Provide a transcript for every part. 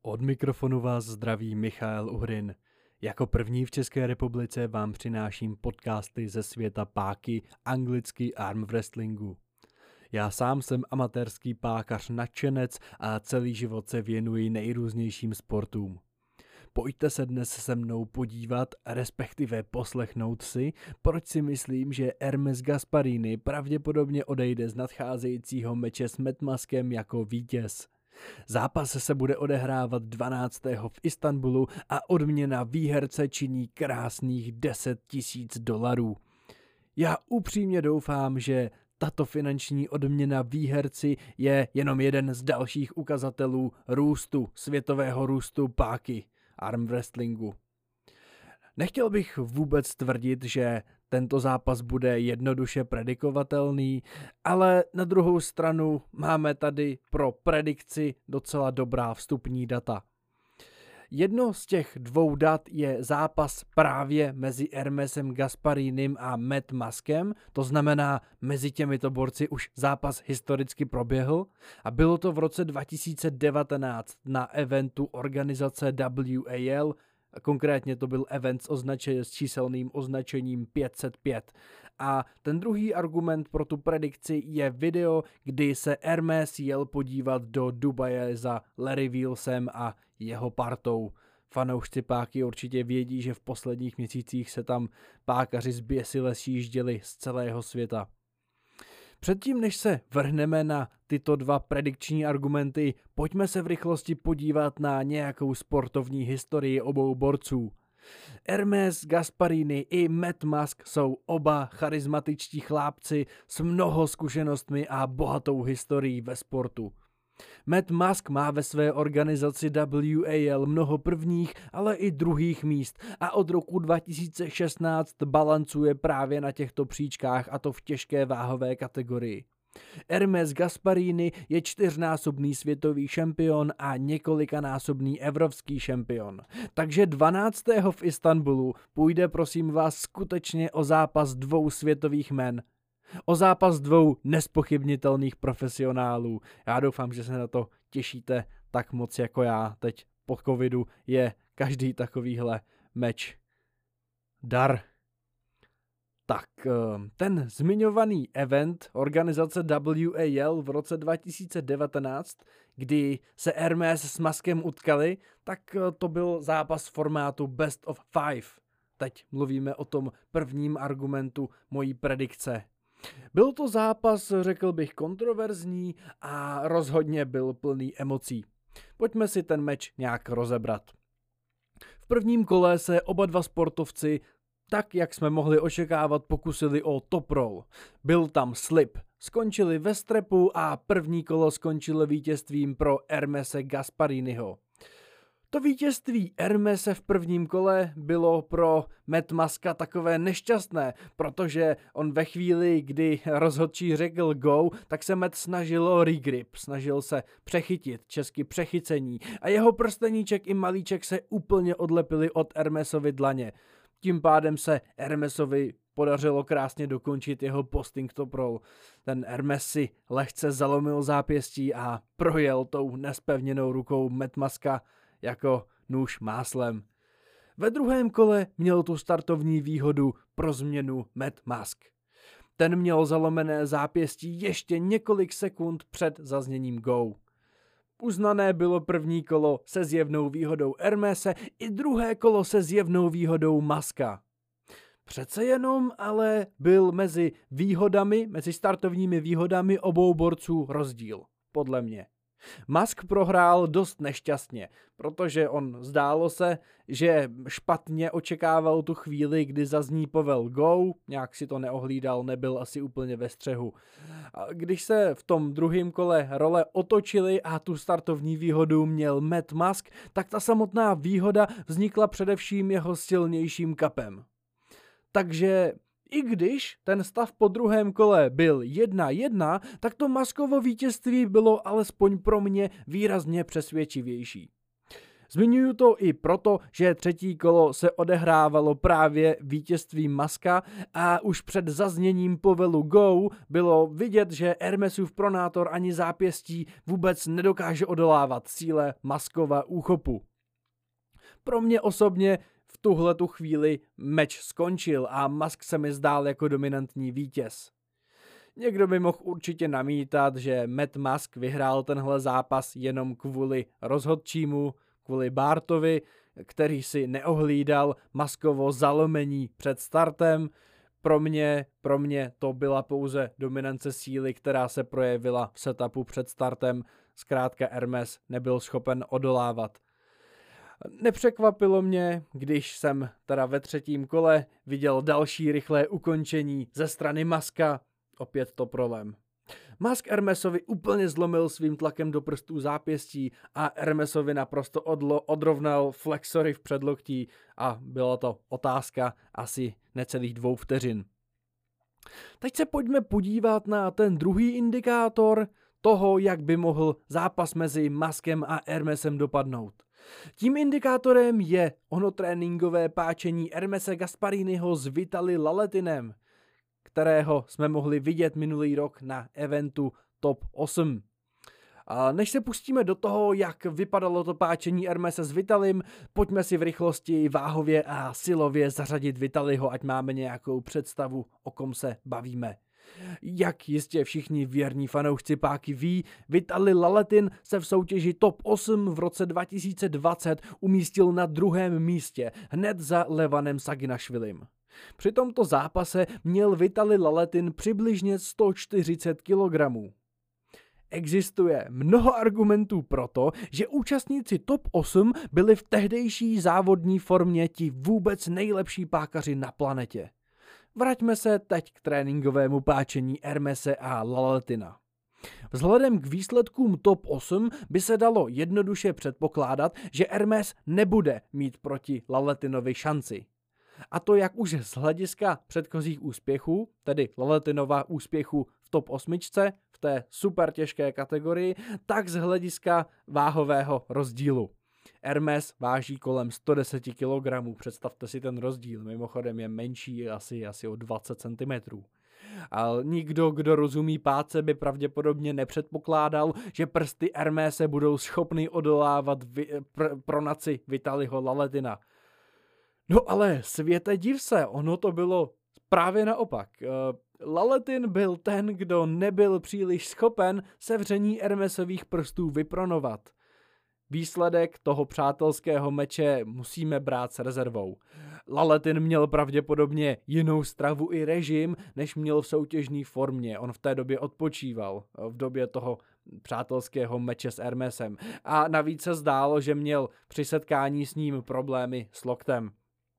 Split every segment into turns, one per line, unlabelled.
Od mikrofonu vás zdraví Michael Uhrin. Jako první v České republice vám přináším podcasty ze světa páky, anglicky arm wrestlingu. Já sám jsem amatérský pákař nadšenec a celý život se věnuji nejrůznějším sportům. Pojďte se dnes se mnou podívat, respektive poslechnout si, proč si myslím, že Hermes Gasparini pravděpodobně odejde z nadcházejícího meče s Matt Maskem jako vítěz. Zápas se bude odehrávat 12. v Istanbulu a odměna výherce činí krásných $10,000. Já upřímně doufám, že tato finanční odměna výherci je jenom jeden z dalších ukazatelů světového růstu páky, arm wrestlingu. Nechtěl bych vůbec tvrdit, že tento zápas bude jednoduše predikovatelný, ale na druhou stranu máme tady pro predikci docela dobrá vstupní data. Jedno z těch dvou dat je zápas právě mezi Hermesem Gasparinim a Matt Maskem, to znamená mezi těmito borci už zápas historicky proběhl a bylo to v roce 2019 na eventu organizace WAL. Konkrétně to byl event s číselným označením 505. A ten druhý argument pro tu predikci je video, kdy se Hermes jel podívat do Dubaje za Larry Wheelsem a jeho partou. Fanoušci páky určitě vědí, že v posledních měsících se tam pákaři zběsile sjížděli z celého světa. Předtím, než se vrhneme na tyto dva predikční argumenty, pojďme se v rychlosti podívat na nějakou sportovní historii obou borců. Hermes Gasparini i Matt Mask jsou oba charismatičtí chlápci s mnoho zkušenostmi a bohatou historií ve sportu. Matt Mask má ve své organizaci WAL mnoho prvních, ale i druhých míst a od roku 2016 balancuje právě na těchto příčkách, a to v těžké váhové kategorii. Hermes Gasparini je 4násobný světový šampion a několikanásobný evropský šampion. Takže 12. v Istanbulu půjde prosím vás skutečně o zápas dvou světových men. O zápas dvou nespochybnitelných profesionálů. Já doufám, že se na to těšíte tak moc jako já. Teď po covidu je každý takovýhle meč dar. Tak, ten zmiňovaný event organizace WAL v roce 2019, kdy se Hermes s Maskem utkali, tak to byl zápas formátu Best of 5. Teď mluvíme o tom prvním argumentu mojí predikce. Byl to zápas, řekl bych, kontroverzní a rozhodně byl plný emocí. Pojďme si ten meč nějak rozebrat. V prvním kole se oba dva sportovci, tak jak jsme mohli očekávat, pokusili o top roll. Byl tam slip. Skončili ve strepu a první kolo skončilo vítězstvím pro Hermese Gaspariniho. To vítězství Hermese v prvním kole bylo pro Matt Maska takové nešťastné, protože on ve chvíli, kdy rozhodčí řekl go, tak se Matt snažil o regrip, snažil se přechytit, česky přechycení, a jeho prsteníček i malíček se úplně odlepili od Hermesovy dlaně. Tím pádem se Hermesovi podařilo krásně dokončit jeho posting top roll. Ten Hermes si lehce zalomil zápěstí a projel tou nespevněnou rukou Matt Maska jako nůž máslem. Ve druhém kole měl tu startovní výhodu pro změnu Matt Mask. Ten měl zalomené zápěstí ještě několik sekund před zazněním go. Uznané bylo první kolo se zjevnou výhodou Hermese i druhé kolo se zjevnou výhodou Maska. Přece jenom ale byl mezi startovními výhodami obou borců rozdíl, podle mě. Mask prohrál dost nešťastně, protože zdálo se, že špatně očekával tu chvíli, kdy zazní povel go, nějak si to neohlídal, nebyl asi úplně ve střehu. A když se v tom druhém kole role otočily a tu startovní výhodu měl Matt Mask, tak ta samotná výhoda vznikla především jeho silnějším kapem. Takže i když ten stav po druhém kole byl 1-1, tak to Maskovo vítězství bylo alespoň pro mě výrazně přesvědčivější. Zmiňuji to i proto, že třetí kolo se odehrávalo právě vítězstvím Muska a už před zazněním povelu Go bylo vidět, že Hermesův pronátor ani zápěstí vůbec nedokáže odolávat síle Muskova úchopu. Pro mě osobně v tuhletu chvíli meč skončil a Musk se mi zdál jako dominantní vítěz. Někdo by mohl určitě namítat, že Matt Musk vyhrál tenhle zápas jenom kvůli rozhodčímu, kvůli Bartovi, který si neohlídal Muskovo zalomení před startem. Pro mě to byla pouze dominance síly, která se projevila v setupu před startem. Zkrátka Hermes nebyl schopen odolávat. Nepřekvapilo mě, když jsem teda ve třetím kole viděl další rychlé ukončení ze strany Muska. Opět to problém. Musk Hermesovi úplně zlomil svým tlakem do prstů zápěstí a Hermesovi naprosto odrovnal flexory v předloktí a byla to otázka asi necelých 2 vteřin. Teď se pojďme podívat na ten druhý indikátor toho, jak by mohl zápas mezi Muskem a Hermesem dopadnout. Tím indikátorem je ono tréninkové páčení Hermese Gaspariniho s Vitali Laletinem, kterého jsme mohli vidět minulý rok na eventu Top 8. A než se pustíme do toho, jak vypadalo to páčení Hermese s Vitalim, pojďme si v rychlosti, váhově a silově zařadit Vitaliho, ať máme nějakou představu, o kom se bavíme. Jak jistě všichni věrní fanoušci páky ví, Vitali Laletin se v soutěži Top 8 v roce 2020 umístil na 2. místě, hned za Levanem Saginašvilim. Při tomto zápase měl Vitali Laletin přibližně 140 kg. Existuje mnoho argumentů pro to, že účastníci Top 8 byli v tehdejší závodní formě ti vůbec nejlepší pákaři na planetě. Vraťme se teď k tréninkovému páčení Hermese a Laletina. Vzhledem k výsledkům Top 8 by se dalo jednoduše předpokládat, že Hermes nebude mít proti Laletinovi šanci. A to jak už z hlediska předchozích úspěchů, tedy Laletinova úspěchu v Top 8, v té super těžké kategorii, tak z hlediska váhového rozdílu. Hermes váží kolem 110 kg, představte si ten rozdíl, mimochodem je menší asi o 20 cm. A nikdo, kdo rozumí páce, by pravděpodobně nepředpokládal, že prsty Hermese budou schopny odolávat pronaci Vitaliho Laletina. No ale světe div se, ono to bylo právě naopak. Laletin byl ten, kdo nebyl příliš schopen sevření Hermesových prstů vypronovat. Výsledek toho přátelského meče musíme brát s rezervou. Laletin měl pravděpodobně jinou stravu i režim, než měl v soutěžní formě. On v té době odpočíval, v době toho přátelského meče s Hermesem. A navíc se zdálo, že měl při setkání s ním problémy s loktem.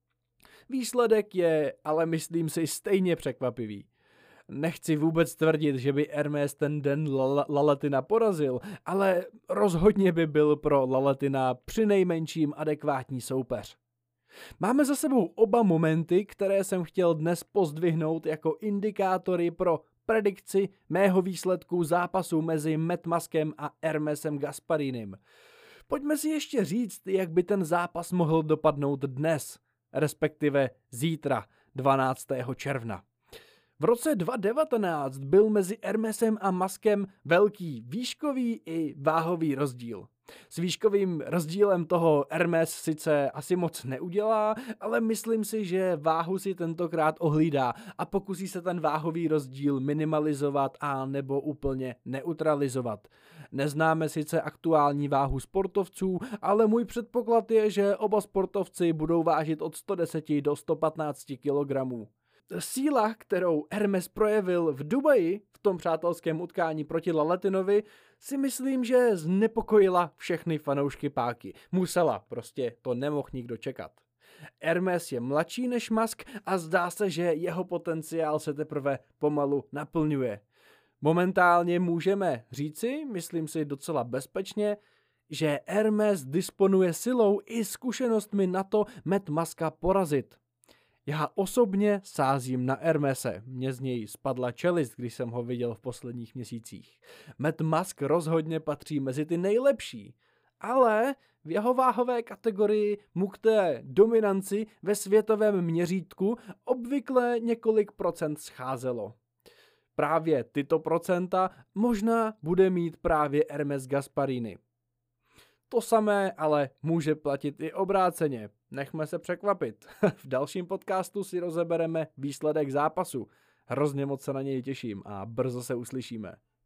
Výsledek je, ale myslím si, stejně překvapivý. Nechci vůbec tvrdit, že by Hermes ten den Laletina porazil, ale rozhodně by byl pro Laletina přinejmenším adekvátní soupeř. Máme za sebou oba momenty, které jsem chtěl dnes pozdvihnout jako indikátory pro predikci mého výsledku zápasu mezi Matt Muskem a Hermesem Gasparinim. Pojďme si ještě říct, jak by ten zápas mohl dopadnout dnes, respektive zítra, 12. června. V roce 2019 byl mezi Hermesem a Muskem velký výškový i váhový rozdíl. S výškovým rozdílem toho Hermes sice asi moc neudělá, ale myslím si, že váhu si tentokrát ohlídá a pokusí se ten váhový rozdíl minimalizovat a nebo úplně neutralizovat. Neznáme sice aktuální váhu sportovců, ale můj předpoklad je, že oba sportovci budou vážit od 110 do 115 kg. Síla, kterou Hermes projevil v Dubaji v tom přátelském utkání proti Laletinovi, si myslím, že znepokojila všechny fanoušky páky. Musela, prostě to nemohl nikdo čekat. Hermes je mladší než Musk a zdá se, že jeho potenciál se teprve pomalu naplňuje. Momentálně můžeme říci, myslím si docela bezpečně, že Hermes disponuje silou i zkušenostmi na to Matt Muska porazit. Já osobně sázím na Hermese, mně z něj spadla čelist, když jsem ho viděl v posledních měsících. Matt Musk rozhodně patří mezi ty nejlepší, ale v jeho váhové kategorii mu k té dominanci ve světovém měřítku obvykle několik procent scházelo. Právě tyto procenta možná bude mít právě Hermes Gasparini. To samé ale může platit i obráceně. Nechme se překvapit. V dalším podcastu si rozebereme výsledek zápasu. Hrozně moc se na něj těším a brzo se uslyšíme.